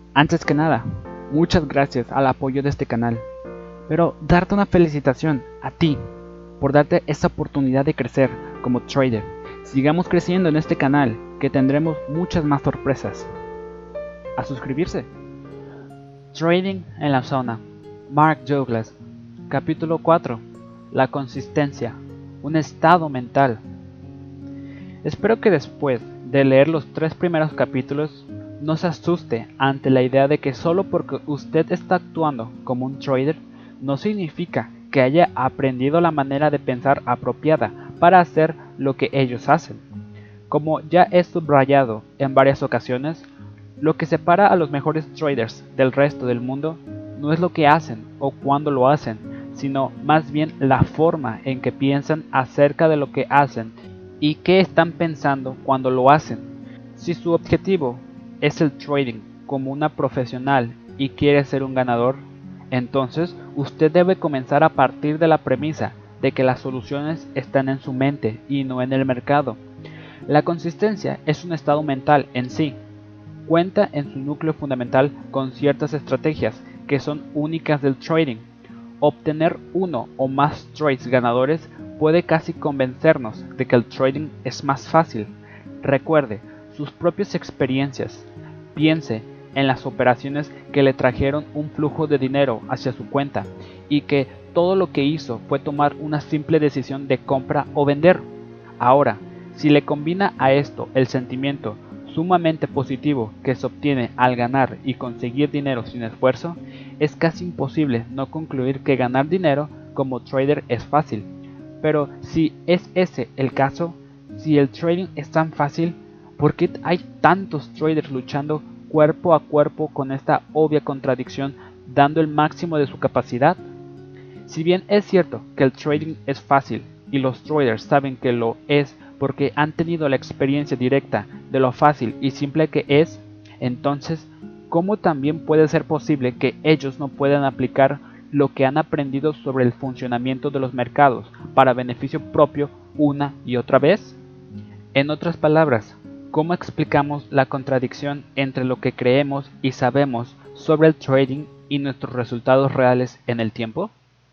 Antes que nada, muchas gracias al apoyo de este canal, pero darte una felicitación a ti por darte esta oportunidad de crecer como trader. Sigamos creciendo en este canal, que tendremos muchas más sorpresas. A suscribirse. Trading en la zona. Mark Douglas. Capítulo 4. La consistencia. Un estado mental. Espero que después de leer los 3 primeros capítulos no se asuste ante la idea de que solo porque usted está actuando como un trader no significa que haya aprendido la manera de pensar apropiada para hacer lo que ellos hacen. Como ya he subrayado en varias ocasiones, lo que separa a los mejores traders del resto del mundo no es lo que hacen o cuándo lo hacen, sino más bien la forma en que piensan acerca de lo que hacen y qué están pensando cuando lo hacen. Si su objetivo es el trading como una profesional y quiere ser un ganador, entonces usted debe comenzar a partir de la premisa de que las soluciones están en su mente y no en el mercado. La consistencia es un estado mental en sí. Cuenta en su núcleo fundamental con ciertas estrategias que son únicas del trading. Obtener uno o más trades ganadores puede casi convencernos de que el trading es más fácil. Recuerde sus propias experiencias. Piense en las operaciones que le trajeron un flujo de dinero hacia su cuenta y que todo lo que hizo fue tomar una simple decisión de compra o vender. Ahora, si le combina a esto el sentimiento sumamente positivo que se obtiene al ganar y conseguir dinero sin esfuerzo, es casi imposible no concluir que ganar dinero como trader es fácil. Pero si es ese el caso, si el trading es tan fácil, ¿por qué hay tantos traders luchando cuerpo a cuerpo con esta obvia contradicción, dando el máximo de su capacidad? Si bien es cierto que el trading es fácil y los traders saben que lo es porque han tenido la experiencia directa de lo fácil y simple que es, entonces, ¿cómo también puede ser posible que ellos no puedan aplicar lo que han aprendido sobre el funcionamiento de los mercados para beneficio propio una y otra vez? En otras palabras, ¿cómo explicamos la contradicción entre lo que creemos y sabemos sobre el trading y nuestros resultados reales en el tiempo?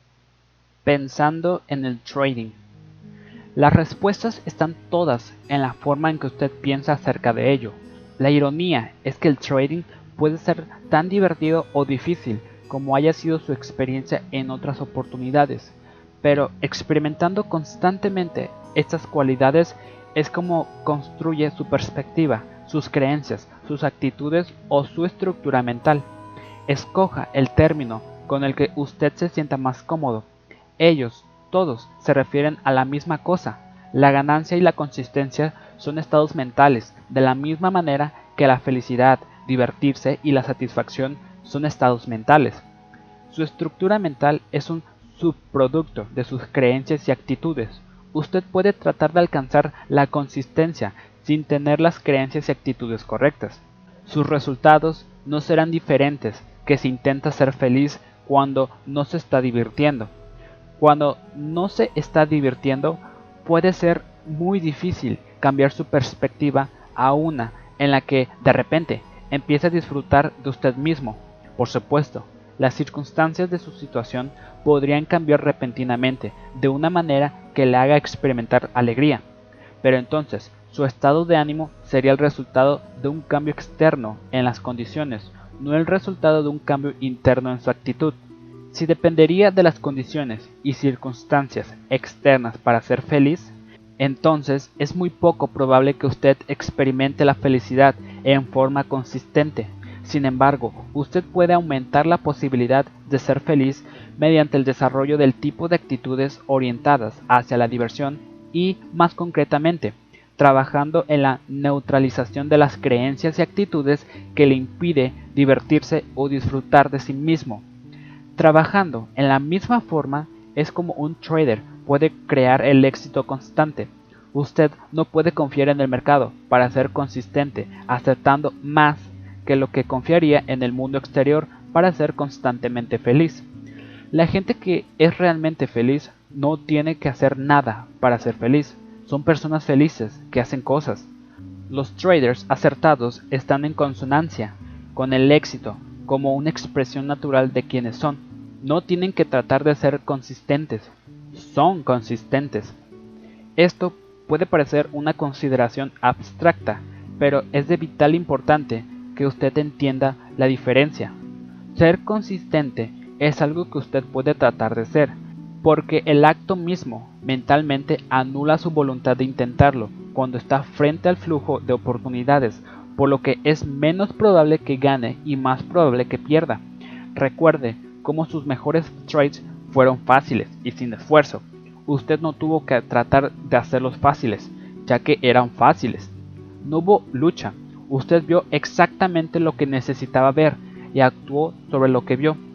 Pensando en el trading. Las respuestas están todas en la forma en que usted piensa acerca de ello. La ironía es que el trading puede ser tan divertido o difícil como haya sido su experiencia en otras oportunidades, pero experimentando constantemente estas cualidades es como construye su perspectiva, sus creencias, sus actitudes o su estructura mental. Escoja el término con el que usted se sienta más cómodo. Ellos todos se refieren a la misma cosa. La ganancia y la consistencia son estados mentales, de la misma manera que la felicidad, divertirse y la satisfacción son estados mentales. Su estructura mental es un subproducto de sus creencias y actitudes. Usted puede tratar de alcanzar la consistencia sin tener las creencias y actitudes correctas. Sus resultados no serán diferentes que si intenta ser feliz cuando no se está divirtiendo. Cuando no se está divirtiendo, puede ser muy difícil cambiar su perspectiva a una en la que de repente empiece a disfrutar de usted mismo. Por supuesto, las circunstancias de su situación podrían cambiar repentinamente de una manera que le haga experimentar alegría, pero entonces su estado de ánimo sería el resultado de un cambio externo en las condiciones, no el resultado de un cambio interno en su actitud. Si dependería de las condiciones y circunstancias externas para ser feliz, entonces es muy poco probable que usted experimente la felicidad en forma consistente. Sin embargo, usted puede aumentar la posibilidad de ser feliz mediante el desarrollo del tipo de actitudes orientadas hacia la diversión y, más concretamente, trabajando en la neutralización de las creencias y actitudes que le impide divertirse o disfrutar de sí mismo. Trabajando en la misma forma es como un trader puede crear el éxito constante. Usted no puede confiar en el mercado para ser consistente, aceptando más que lo que confiaría en el mundo exterior para ser constantemente feliz. La gente que es realmente feliz no tiene que hacer nada para ser feliz. Son personas felices que hacen cosas. Los traders acertados están en consonancia con el éxito como una expresión natural de quienes son. No tienen que tratar de ser consistentes, son consistentes. Esto puede parecer una consideración abstracta, pero es de vital importancia que usted entienda la diferencia. Ser consistente es algo que usted puede tratar de ser, porque el acto mismo mentalmente anula su voluntad de intentarlo cuando está frente al flujo de oportunidades, por lo que es menos probable que gane y más probable que pierda. Recuerde cómo sus mejores trades fueron fáciles y sin esfuerzo. Usted no tuvo que tratar de hacerlos fáciles, ya que eran fáciles. No hubo lucha, usted vio exactamente lo que necesitaba ver y actuó sobre lo que vio.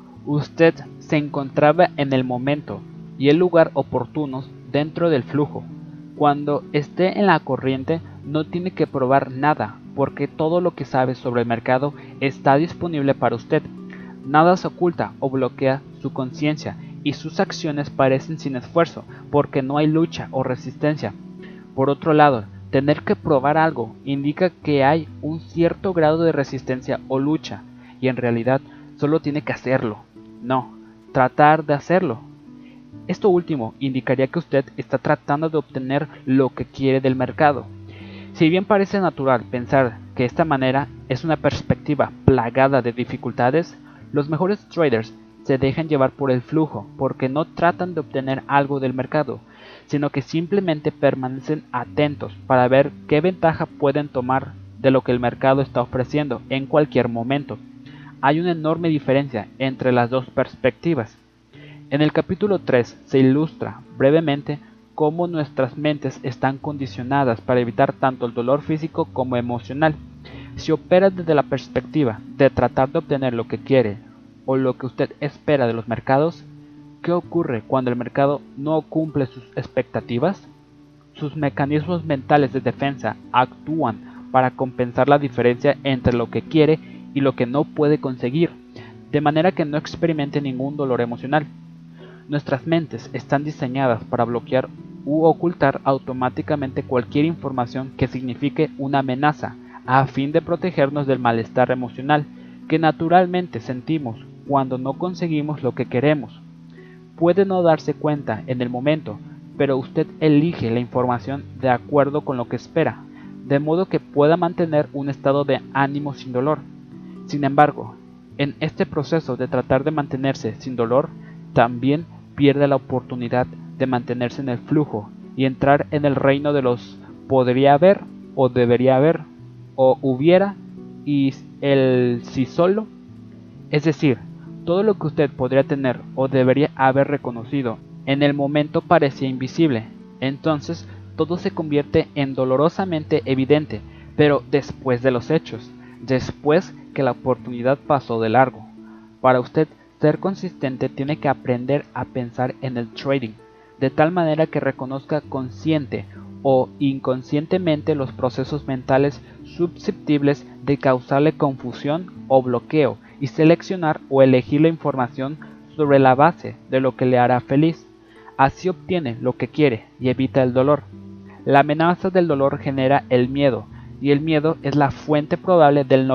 Usted se encontraba en el momento y el lugar oportunos dentro del flujo. Cuando esté en la corriente no tiene que probar nada, porque todo lo que sabe sobre el mercado está disponible para usted. Nada se oculta o bloquea su conciencia y sus acciones parecen sin esfuerzo, porque no hay lucha o resistencia. Por otro lado, tener que probar algo indica que hay un cierto grado de resistencia o lucha, y en realidad solo tiene que hacerlo. No, tratar de hacerlo. Esto último indicaría que usted está tratando de obtener lo que quiere del mercado. Si bien parece natural pensar que esta manera es una perspectiva plagada de dificultades, los mejores traders se dejan llevar por el flujo porque no tratan de obtener algo del mercado, sino que simplemente permanecen atentos para ver qué ventaja pueden tomar de lo que el mercado está ofreciendo en cualquier momento. Hay una enorme diferencia entre las dos perspectivas. En el capítulo 3 se ilustra brevemente cómo nuestras mentes están condicionadas para evitar tanto el dolor físico como emocional. Si opera desde la perspectiva de tratar de obtener lo que quiere o lo que usted espera de los mercados, ¿qué ocurre cuando el mercado no cumple sus expectativas? Sus mecanismos mentales de defensa actúan para compensar la diferencia entre lo que quiere y lo que no puede conseguir, de manera que no experimente ningún dolor emocional. Nuestras mentes están diseñadas para bloquear u ocultar automáticamente cualquier información que signifique una amenaza, a fin de protegernos del malestar emocional que naturalmente sentimos cuando no conseguimos lo que queremos. Puede no darse cuenta en el momento, pero usted elige la información de acuerdo con lo que espera, de modo que pueda mantener un estado de ánimo sin dolor. Sin embargo, en este proceso de tratar de mantenerse sin dolor, también pierde la oportunidad de mantenerse en el flujo y entrar en el reino de los podría haber o debería haber o hubiera y el si solo. Es decir, todo lo que usted podría tener o debería haber reconocido en el momento parecía invisible. Entonces todo se convierte en dolorosamente evidente, pero después de los hechos, después que la oportunidad pasó de largo. Para usted ser consistente tiene que aprender a pensar en el trading, de tal manera que reconozca consciente o inconscientemente los procesos mentales susceptibles de causarle confusión o bloqueo y seleccionar o elegir la información sobre la base de lo que le hará feliz. Así obtiene lo que quiere y evita el dolor. La amenaza del dolor genera el miedo, y el miedo es la fuente probable del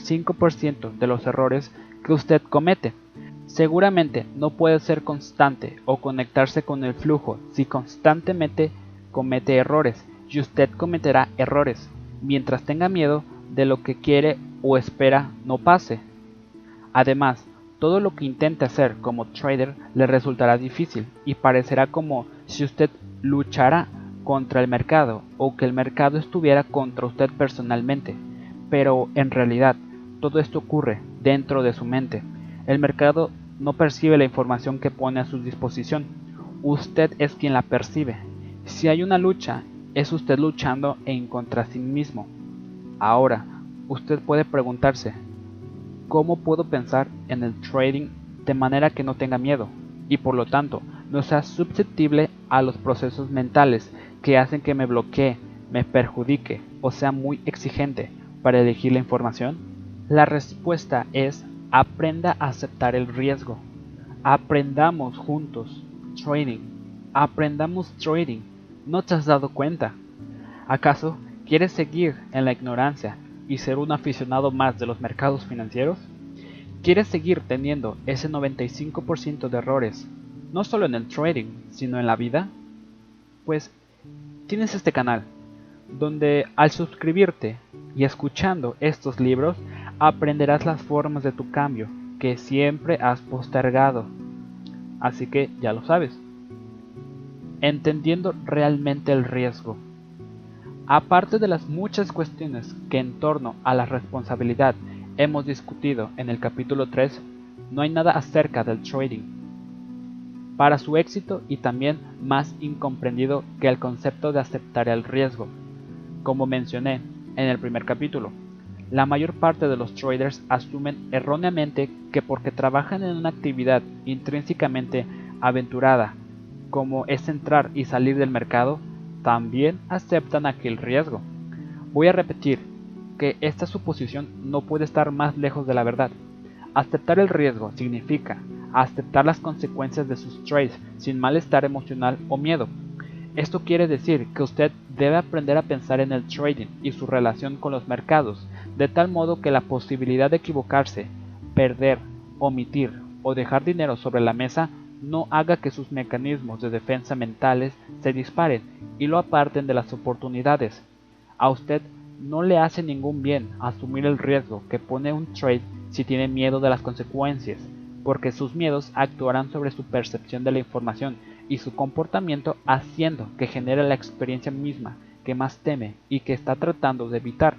95% de los errores que usted comete. Seguramente no puede ser constante o conectarse con el flujo si constantemente comete errores, y usted cometerá errores mientras tenga miedo de lo que quiere o espera no pase. Además, todo lo que intente hacer como trader le resultará difícil y parecerá como si usted luchara contra el mercado o que el mercado estuviera contra usted personalmente. Pero en realidad, todo esto ocurre dentro de su mente. El mercado no percibe la información que pone a su disposición. Usted es quien la percibe. Si hay una lucha, es usted luchando contra sí mismo. Ahora, usted puede preguntarse, ¿cómo puedo pensar en el trading de manera que no tenga miedo y por lo tanto no sea susceptible a los procesos mentales que hacen que me bloquee, me perjudique o sea muy exigente para elegir la información? La respuesta es: aprenda a aceptar el riesgo. Aprendamos juntos trading. Aprendamos trading. ¿No te has dado cuenta? ¿Acaso quieres seguir en la ignorancia y ser un aficionado más de los mercados financieros? ¿Quieres seguir teniendo ese 95% de errores, no solo en el trading, sino en la vida? Pues tienes este canal, donde al suscribirte y escuchando estos libros, aprenderás las formas de tu cambio que siempre has postergado. Así que ya lo sabes. Entendiendo realmente el riesgo. Aparte de las muchas cuestiones que en torno a la responsabilidad hemos discutido en el capítulo 3, no hay nada acerca del trading para su éxito y también más incomprendido que el concepto de aceptar el riesgo. Como mencioné en el primer capítulo, la mayor parte de los traders asumen erróneamente que porque trabajan en una actividad intrínsecamente aventurada, como es entrar y salir del mercado, también aceptan aquel riesgo. Voy a repetir que esta suposición no puede estar más lejos de la verdad. Aceptar el riesgo significa aceptar las consecuencias de sus trades sin malestar emocional o miedo. Esto quiere decir que usted debe aprender a pensar en el trading y su relación con los mercados, de tal modo que la posibilidad de equivocarse, perder, omitir o dejar dinero sobre la mesa no haga que sus mecanismos de defensa mentales se disparen y lo aparten de las oportunidades. A usted no le hace ningún bien asumir el riesgo que pone un trade si tiene miedo de las consecuencias, porque sus miedos actuarán sobre su percepción de la información y su comportamiento, haciendo que genere la experiencia misma que más teme y que está tratando de evitar.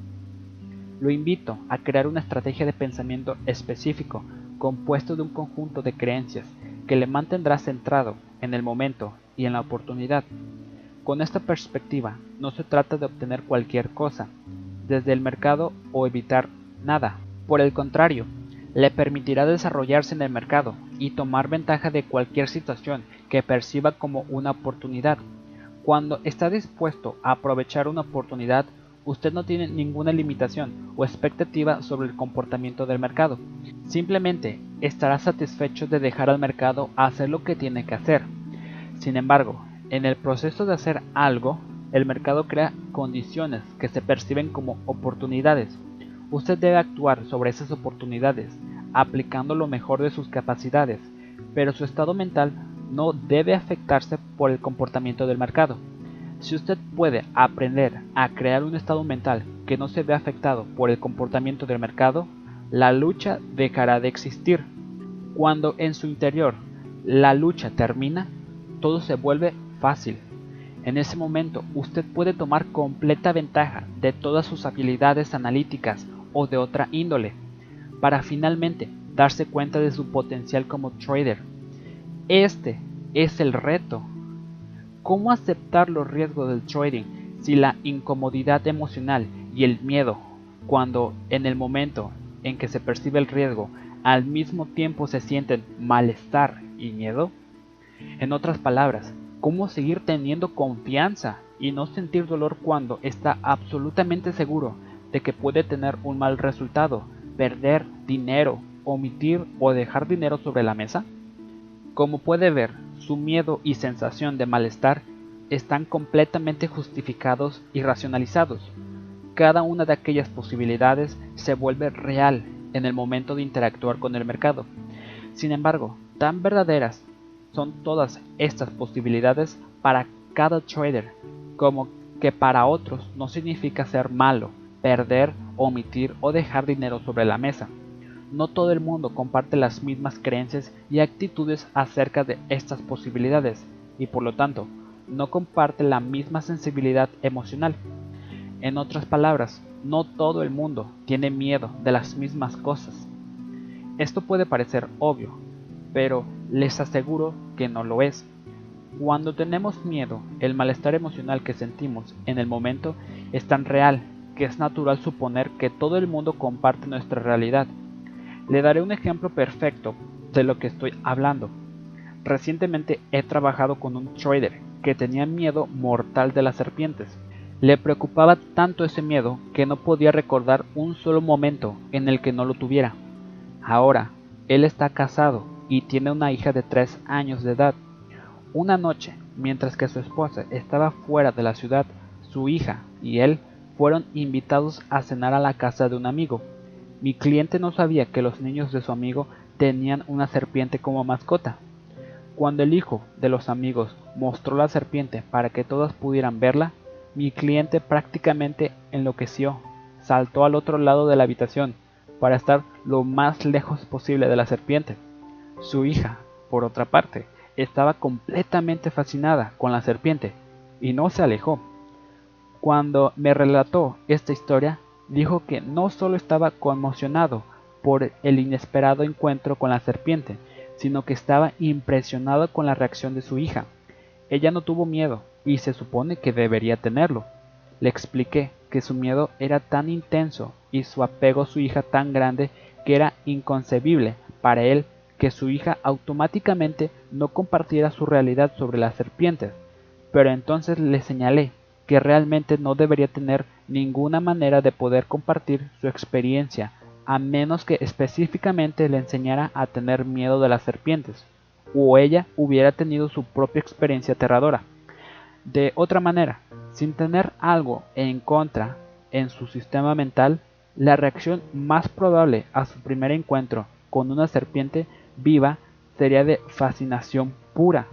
Lo invito a crear una estrategia de pensamiento específico compuesto de un conjunto de creencias que le mantendrá centrado en el momento y en la oportunidad. Con esta perspectiva no se trata de obtener cualquier cosa desde el mercado o evitar nada. Por el contrario, le permitirá desarrollarse en el mercado y tomar ventaja de cualquier situación que perciba como una oportunidad. Cuando está dispuesto a aprovechar una oportunidad, usted no tiene ninguna limitación o expectativa sobre el comportamiento del mercado. Simplemente estará satisfecho de dejar al mercado hacer lo que tiene que hacer. Sin embargo, en el proceso de hacer algo, el mercado crea condiciones que se perciben como oportunidades. Usted debe actuar sobre esas oportunidades, aplicando lo mejor de sus capacidades, pero su estado mental no debe afectarse por el comportamiento del mercado. Si usted puede aprender a crear un estado mental que no se ve afectado por el comportamiento del mercado, la lucha dejará de existir. Cuando en su interior la lucha termina, todo se vuelve fácil. En ese momento usted puede tomar completa ventaja de todas sus habilidades analíticas o de otra índole, para finalmente darse cuenta de su potencial como trader. Este es el reto. ¿Cómo aceptar los riesgos del trading si la incomodidad emocional y el miedo, cuando en el momento en que se percibe el riesgo, al mismo tiempo se sienten malestar y miedo? En otras palabras, ¿cómo seguir teniendo confianza y no sentir dolor cuando está absolutamente seguro de que puede tener un mal resultado, perder dinero, omitir o dejar dinero sobre la mesa? Como puede ver, su miedo y sensación de malestar están completamente justificados y racionalizados. Cada una de aquellas posibilidades se vuelve real en el momento de interactuar con el mercado. Sin embargo, tan verdaderas son todas estas posibilidades para cada trader como que para otros no significa ser malo, perder, omitir o dejar dinero sobre la mesa. No todo el mundo comparte las mismas creencias y actitudes acerca de estas posibilidades y por lo tanto no comparte la misma sensibilidad emocional. En otras palabras, no todo el mundo tiene miedo de las mismas cosas. Esto puede parecer obvio, pero les aseguro que no lo es. Cuando tenemos miedo, el malestar emocional que sentimos en el momento es tan real que es natural suponer que todo el mundo comparte nuestra realidad. Le daré un ejemplo perfecto de lo que estoy hablando. Recientemente he trabajado con un trader que tenía miedo mortal de las serpientes. Le preocupaba tanto ese miedo que no podía recordar un solo momento en el que no lo tuviera. Ahora, él está casado y tiene una hija de 3 años de edad. Una noche, mientras que su esposa estaba fuera de la ciudad, su hija y él fueron invitados a cenar a la casa de un amigo. Mi cliente no sabía que los niños de su amigo tenían una serpiente como mascota. Cuando el hijo de los amigos mostró la serpiente para que todos pudieran verla, mi cliente prácticamente enloqueció. Saltó al otro lado de la habitación para estar lo más lejos posible de la serpiente. Su hija, por otra parte, estaba completamente fascinada con la serpiente y no se alejó. Cuando me relató esta historia, dijo que no solo estaba conmocionado por el inesperado encuentro con la serpiente, sino que estaba impresionado con la reacción de su hija. Ella no tuvo miedo, y se supone que debería tenerlo. Le expliqué que su miedo era tan intenso y su apego a su hija tan grande que era inconcebible para él que su hija automáticamente no compartiera su realidad sobre las serpientes. Pero entonces le señalé que realmente no debería tener ninguna manera de poder compartir su experiencia, a menos que específicamente le enseñara a tener miedo de las serpientes, o ella hubiera tenido su propia experiencia aterradora. De otra manera, sin tener algo en contra en su sistema mental, la reacción más probable a su primer encuentro con una serpiente viva sería de fascinación pura.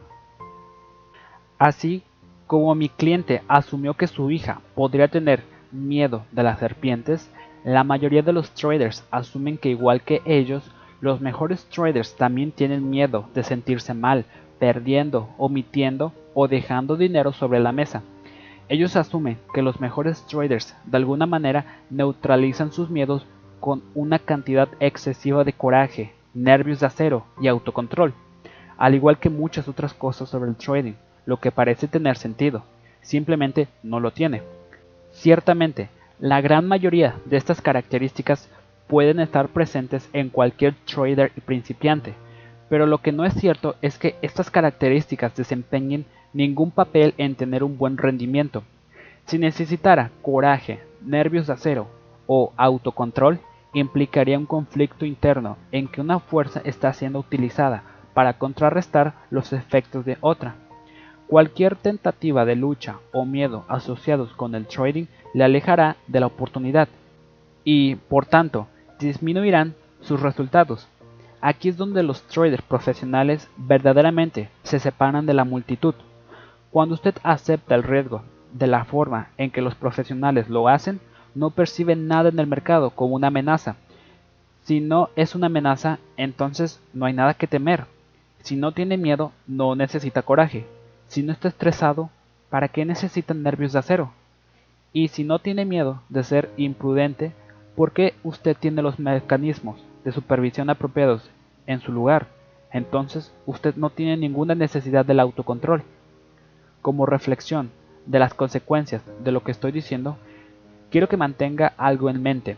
Así como mi cliente asumió que su hija podría tener miedo de las serpientes, la mayoría de los traders asumen que igual que ellos, los mejores traders también tienen miedo de sentirse mal, perdiendo, omitiendo o dejando dinero sobre la mesa. Ellos asumen que los mejores traders de alguna manera neutralizan sus miedos con una cantidad excesiva de coraje, nervios de acero y autocontrol, al igual que muchas otras cosas sobre el trading. Lo que parece tener sentido, simplemente no lo tiene. Ciertamente, la gran mayoría de estas características pueden estar presentes en cualquier trader principiante, pero lo que no es cierto es que estas características desempeñen ningún papel en tener un buen rendimiento. Si necesitara coraje, nervios de acero o autocontrol, implicaría un conflicto interno en que una fuerza está siendo utilizada para contrarrestar los efectos de otra. Cualquier tentativa de lucha o miedo asociados con el trading le alejará de la oportunidad y, por tanto, disminuirán sus resultados. Aquí es donde los traders profesionales verdaderamente se separan de la multitud. Cuando usted acepta el riesgo de la forma en que los profesionales lo hacen, no percibe nada en el mercado como una amenaza. Si no es una amenaza, entonces no hay nada que temer. Si no tiene miedo, no necesita coraje. Si no está estresado, ¿para qué necesita nervios de acero? Y si no tiene miedo de ser imprudente, ¿por qué usted tiene los mecanismos de supervisión apropiados en su lugar? Entonces usted no tiene ninguna necesidad del autocontrol. Como reflexión de las consecuencias de lo que estoy diciendo, quiero que mantenga algo en mente.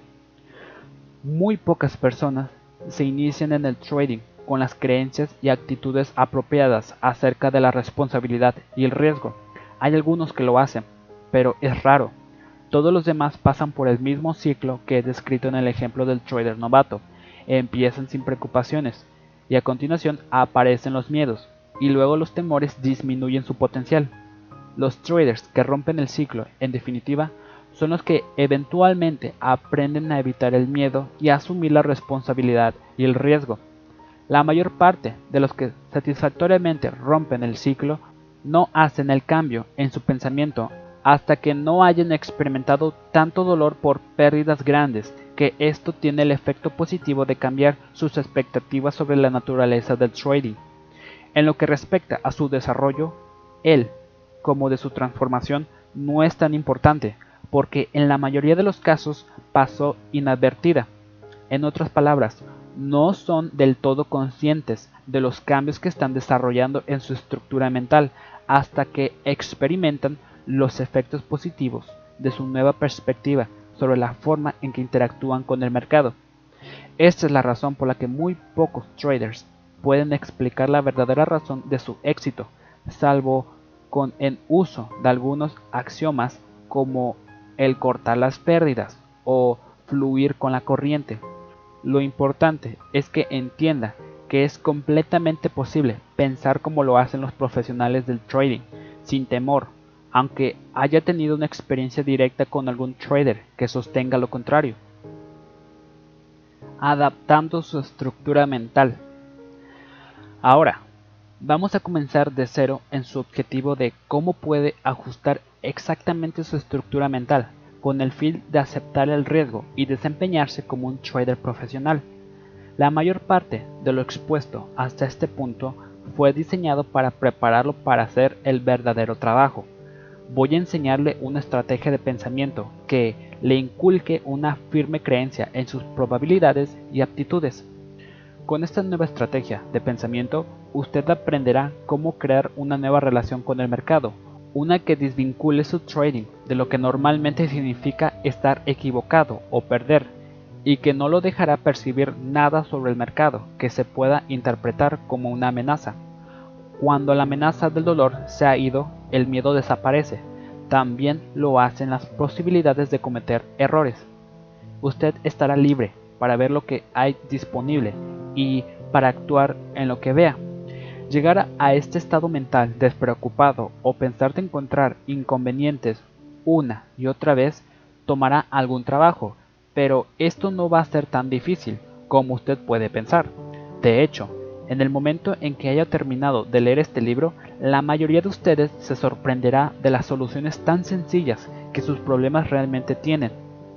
Muy pocas personas se inician en el trading con las creencias y actitudes apropiadas acerca de la responsabilidad y el riesgo. Hay algunos que lo hacen, pero es raro. Todos los demás pasan por el mismo ciclo que he descrito en el ejemplo del trader novato. Empiezan sin preocupaciones, y a continuación aparecen los miedos, y luego los temores disminuyen su potencial. Los traders que rompen el ciclo, en definitiva, son los que eventualmente aprenden a evitar el miedo y a asumir la responsabilidad y el riesgo. La mayor parte de los que satisfactoriamente rompen el ciclo no hacen el cambio en su pensamiento hasta que no hayan experimentado tanto dolor por pérdidas grandes que esto tiene el efecto positivo de cambiar sus expectativas sobre la naturaleza del trading. En lo que respecta a su desarrollo, él, como de su transformación, no es tan importante, porque en la mayoría de los casos pasó inadvertida. En otras palabras, no son del todo conscientes de los cambios que están desarrollando en su estructura mental hasta que experimentan los efectos positivos de su nueva perspectiva sobre la forma en que interactúan con el mercado. Esta es la razón por la que muy pocos traders pueden explicar la verdadera razón de su éxito, salvo con el uso de algunos axiomas como el cortar las pérdidas o fluir con la corriente. Lo importante es que entienda que es completamente posible pensar como lo hacen los profesionales del trading, sin temor, aunque haya tenido una experiencia directa con algún trader que sostenga lo contrario. Adaptando su estructura mental. Ahora, vamos a comenzar de cero en su objetivo de cómo puede ajustar exactamente su estructura mental con el fin de aceptar el riesgo y desempeñarse como un trader profesional. La mayor parte de lo expuesto hasta este punto fue diseñado para prepararlo para hacer el verdadero trabajo. Voy a enseñarle una estrategia de pensamiento que le inculque una firme creencia en sus probabilidades y aptitudes. Con esta nueva estrategia de pensamiento, usted aprenderá cómo crear una nueva relación con el mercado, una que desvincule su trading de lo que normalmente significa estar equivocado o perder, y que no lo dejará percibir nada sobre el mercado que se pueda interpretar como una amenaza. Cuando la amenaza del dolor se ha ido, el miedo desaparece. También lo hacen las posibilidades de cometer errores. Usted estará libre para ver lo que hay disponible y para actuar en lo que vea. Llegar a este estado mental despreocupado o pensar de encontrar inconvenientes una y otra vez tomará algún trabajo, pero esto no va a ser tan difícil como usted puede pensar. De hecho, en el momento en que haya terminado de leer este libro, la mayoría de ustedes se sorprenderá de las soluciones tan sencillas que sus problemas realmente tienen.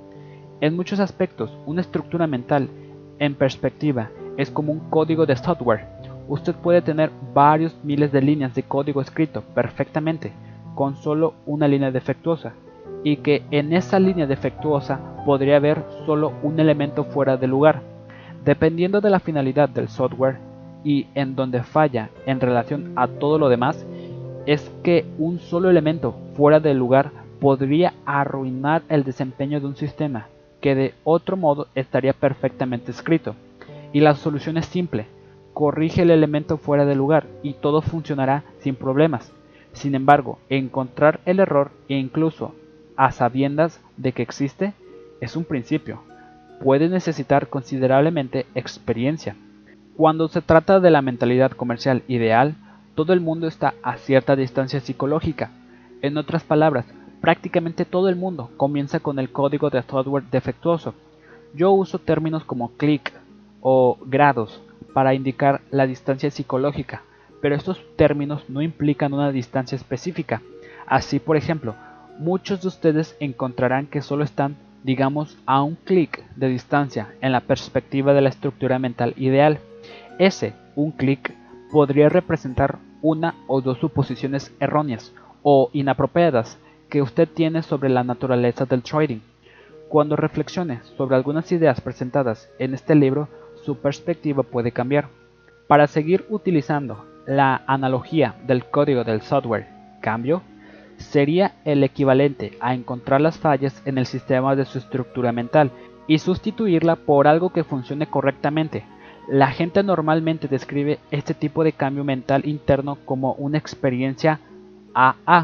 En muchos aspectos, una estructura mental en perspectiva es como un código de software. Usted puede tener varios miles de líneas de código escrito perfectamente con solo una línea defectuosa, y que en esa línea defectuosa podría haber solo un elemento fuera de lugar. Dependiendo de la finalidad del software y en donde falla en relación a todo lo demás, es que un solo elemento fuera de lugar podría arruinar el desempeño de un sistema que de otro modo estaría perfectamente escrito. Y la solución es simple: corrige el elemento fuera de lugar y todo funcionará sin problemas. Sin embargo, encontrar el error, e incluso a sabiendas de que existe, es un principio. Puede necesitar considerablemente experiencia. Cuando se trata de la mentalidad comercial ideal, todo el mundo está a cierta distancia psicológica. En otras palabras, prácticamente todo el mundo comienza con el código de software defectuoso. Yo uso términos como clic o grados para indicar la distancia psicológica, pero estos términos no implican una distancia específica. Así, por ejemplo, muchos de ustedes encontrarán que solo están, digamos, a un clic de distancia en la perspectiva de la estructura mental ideal. Un clic podría representar una o dos suposiciones erróneas o inapropiadas que usted tiene sobre la naturaleza del trading. Cuando reflexione sobre algunas ideas presentadas en este libro, su perspectiva puede cambiar. Para seguir utilizando la analogía del código del software, cambio sería el equivalente a encontrar las fallas en el sistema de su estructura mental y sustituirla por algo que funcione correctamente. La gente normalmente describe este tipo de cambio mental interno como una experiencia AA,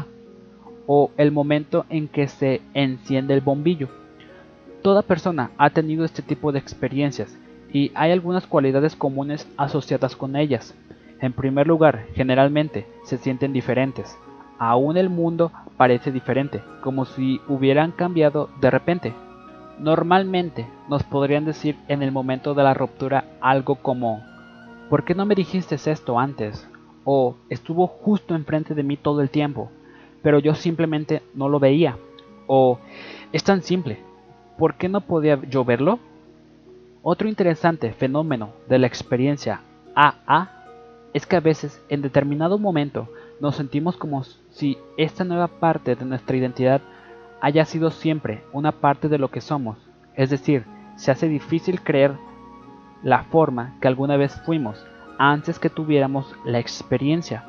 o el momento en que se enciende el bombillo. Toda persona ha tenido este tipo de experiencias y hay algunas cualidades comunes asociadas con ellas. En primer lugar, generalmente se sienten diferentes. Aún el mundo parece diferente, como si hubieran cambiado de repente. Normalmente nos podrían decir en el momento de la ruptura algo como: ¿por qué no me dijiste esto antes? O estuvo justo enfrente de mí todo el tiempo, pero yo simplemente no lo veía. O es tan simple, ¿por qué no podía yo verlo? Otro interesante fenómeno de la experiencia AA es que a veces en determinado momento nos sentimos como si esta nueva parte de nuestra identidad haya sido siempre una parte de lo que somos, es decir, se hace difícil creer la forma que alguna vez fuimos antes que tuviéramos la experiencia.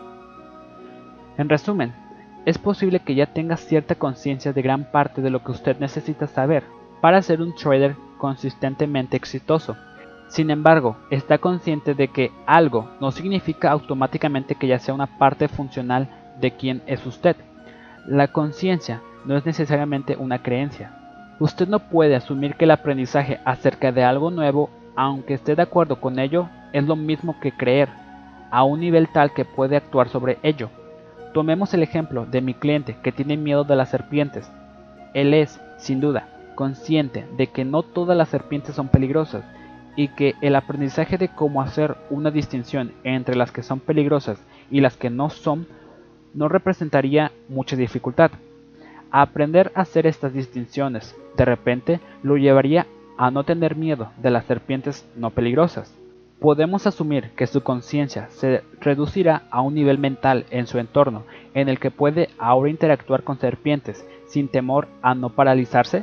En resumen, es posible que ya tenga cierta conciencia de gran parte de lo que usted necesita saber para ser un trader consistentemente exitoso. Sin embargo, está consciente de que algo no significa automáticamente que ya sea una parte funcional de quién es usted. La conciencia no es necesariamente una creencia. Usted no puede asumir que el aprendizaje acerca de algo nuevo, aunque esté de acuerdo con ello, es lo mismo que creer, a un nivel tal que puede actuar sobre ello. Tomemos el ejemplo de mi cliente que tiene miedo de las serpientes. Él es, sin duda, consciente de que no todas las serpientes son peligrosas y que el aprendizaje de cómo hacer una distinción entre las que son peligrosas y las que no son no representaría mucha dificultad. Aprender a hacer estas distinciones de repente lo llevaría a no tener miedo de las serpientes no peligrosas. Podemos asumir que su conciencia se reducirá a un nivel mental en su entorno en el que puede ahora interactuar con serpientes sin temor a no paralizarse.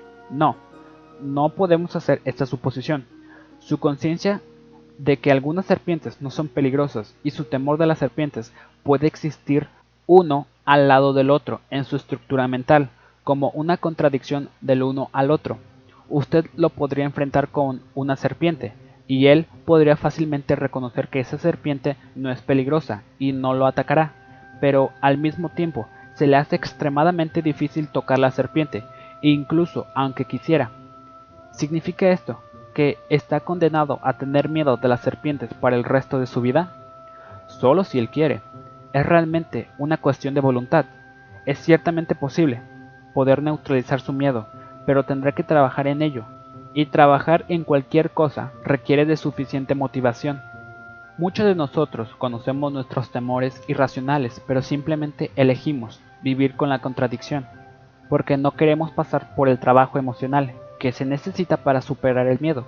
No podemos hacer esta suposición. Su conciencia de que algunas serpientes no son peligrosas y su temor de las serpientes puede existir uno al lado del otro en su estructura mental, como una contradicción del uno al otro. Usted lo podría enfrentar con una serpiente, y él podría fácilmente reconocer que esa serpiente no es peligrosa y no lo atacará, pero al mismo tiempo se le hace extremadamente difícil tocar la serpiente, incluso aunque quisiera. ¿Significa esto que está condenado a tener miedo de las serpientes para el resto de su vida? Solo si él quiere. Es realmente una cuestión de voluntad. Es ciertamente posible poder neutralizar su miedo, pero tendrá que trabajar en ello. Y trabajar en cualquier cosa requiere de suficiente motivación. Muchos de nosotros conocemos nuestros temores irracionales, pero simplemente elegimos vivir con la contradicción, porque no queremos pasar por el trabajo emocional que se necesita para superar el miedo.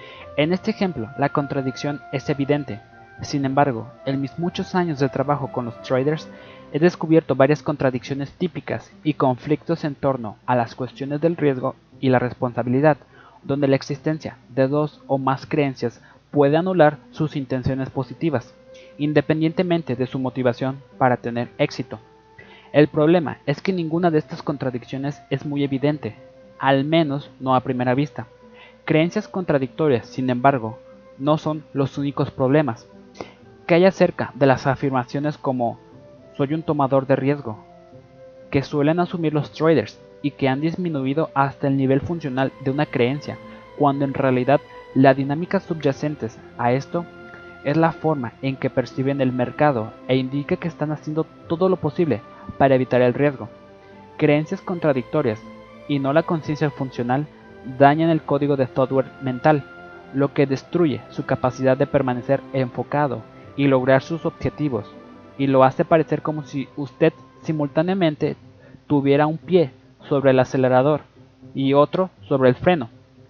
En este ejemplo, la contradicción es evidente. Sin embargo, en mis muchos años de trabajo con los traders, he descubierto varias contradicciones típicas y conflictos en torno a las cuestiones del riesgo y la responsabilidad, donde la existencia de dos o más creencias puede anular sus intenciones positivas, independientemente de su motivación para tener éxito. El problema es que ninguna de estas contradicciones es muy evidente, al menos no a primera vista. Creencias contradictorias, sin embargo, no son los únicos problemas que hay acerca de las afirmaciones como «soy un tomador de riesgo», que suelen asumir los traders y que han disminuido hasta el nivel funcional de una creencia, cuando en realidad las dinámicas subyacentes a esto es la forma en que perciben el mercado e indica que están haciendo todo lo posible para evitar el riesgo. Creencias contradictorias y no la conciencia funcional dañan el código de software mental, lo que destruye su capacidad de permanecer enfocado y lograr sus objetivos, y lo hace parecer como si usted simultáneamente tuviera un pie sobre el acelerador y otro sobre el freno.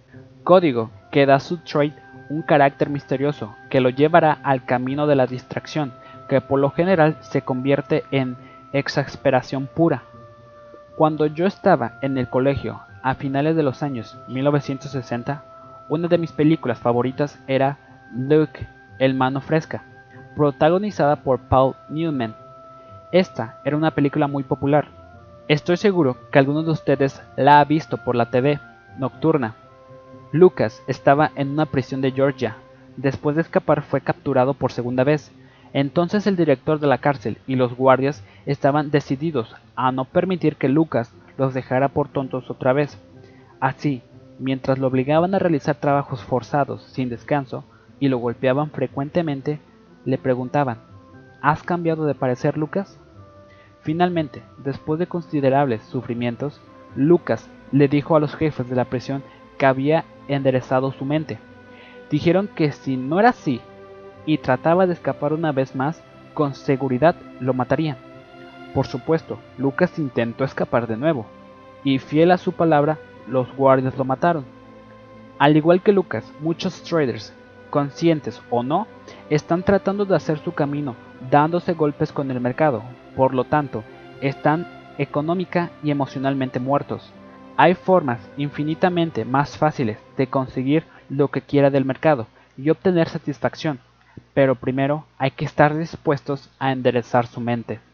Código que da a su trade un carácter misterioso que lo llevará al camino de la distracción, que por lo general se convierte en exasperación pura. Cuando yo estaba en el colegio a finales de los años 1960, una de mis películas favoritas era Luke, el mano fresca, protagonizada por Paul Newman. Esta era una película muy popular. Estoy seguro que algunos de ustedes la ha visto por la TV nocturna. Lucas estaba en una prisión de Georgia. Después de escapar fue capturado por segunda vez. Entonces el director de la cárcel y los guardias estaban decididos a no permitir que Lucas los dejara por tontos otra vez. Así, mientras lo obligaban a realizar trabajos forzados sin descanso y lo golpeaban frecuentemente, le preguntaban: ¿has cambiado de parecer, Lucas? Finalmente, después de considerables sufrimientos, Lucas le dijo a los jefes de la prisión que había enderezado su mente. Dijeron que si no era así y trataba de escapar una vez más, con seguridad lo matarían. Por supuesto, Lucas intentó escapar de nuevo, y fiel a su palabra, los guardias lo mataron. Al igual que Lucas, muchos traders, conscientes o no, están tratando de hacer su camino dándose golpes con el mercado, por lo tanto, están económica y emocionalmente muertos. Hay formas infinitamente más fáciles de conseguir lo que quiera del mercado y obtener satisfacción, pero primero hay que estar dispuestos a enderezar su mente.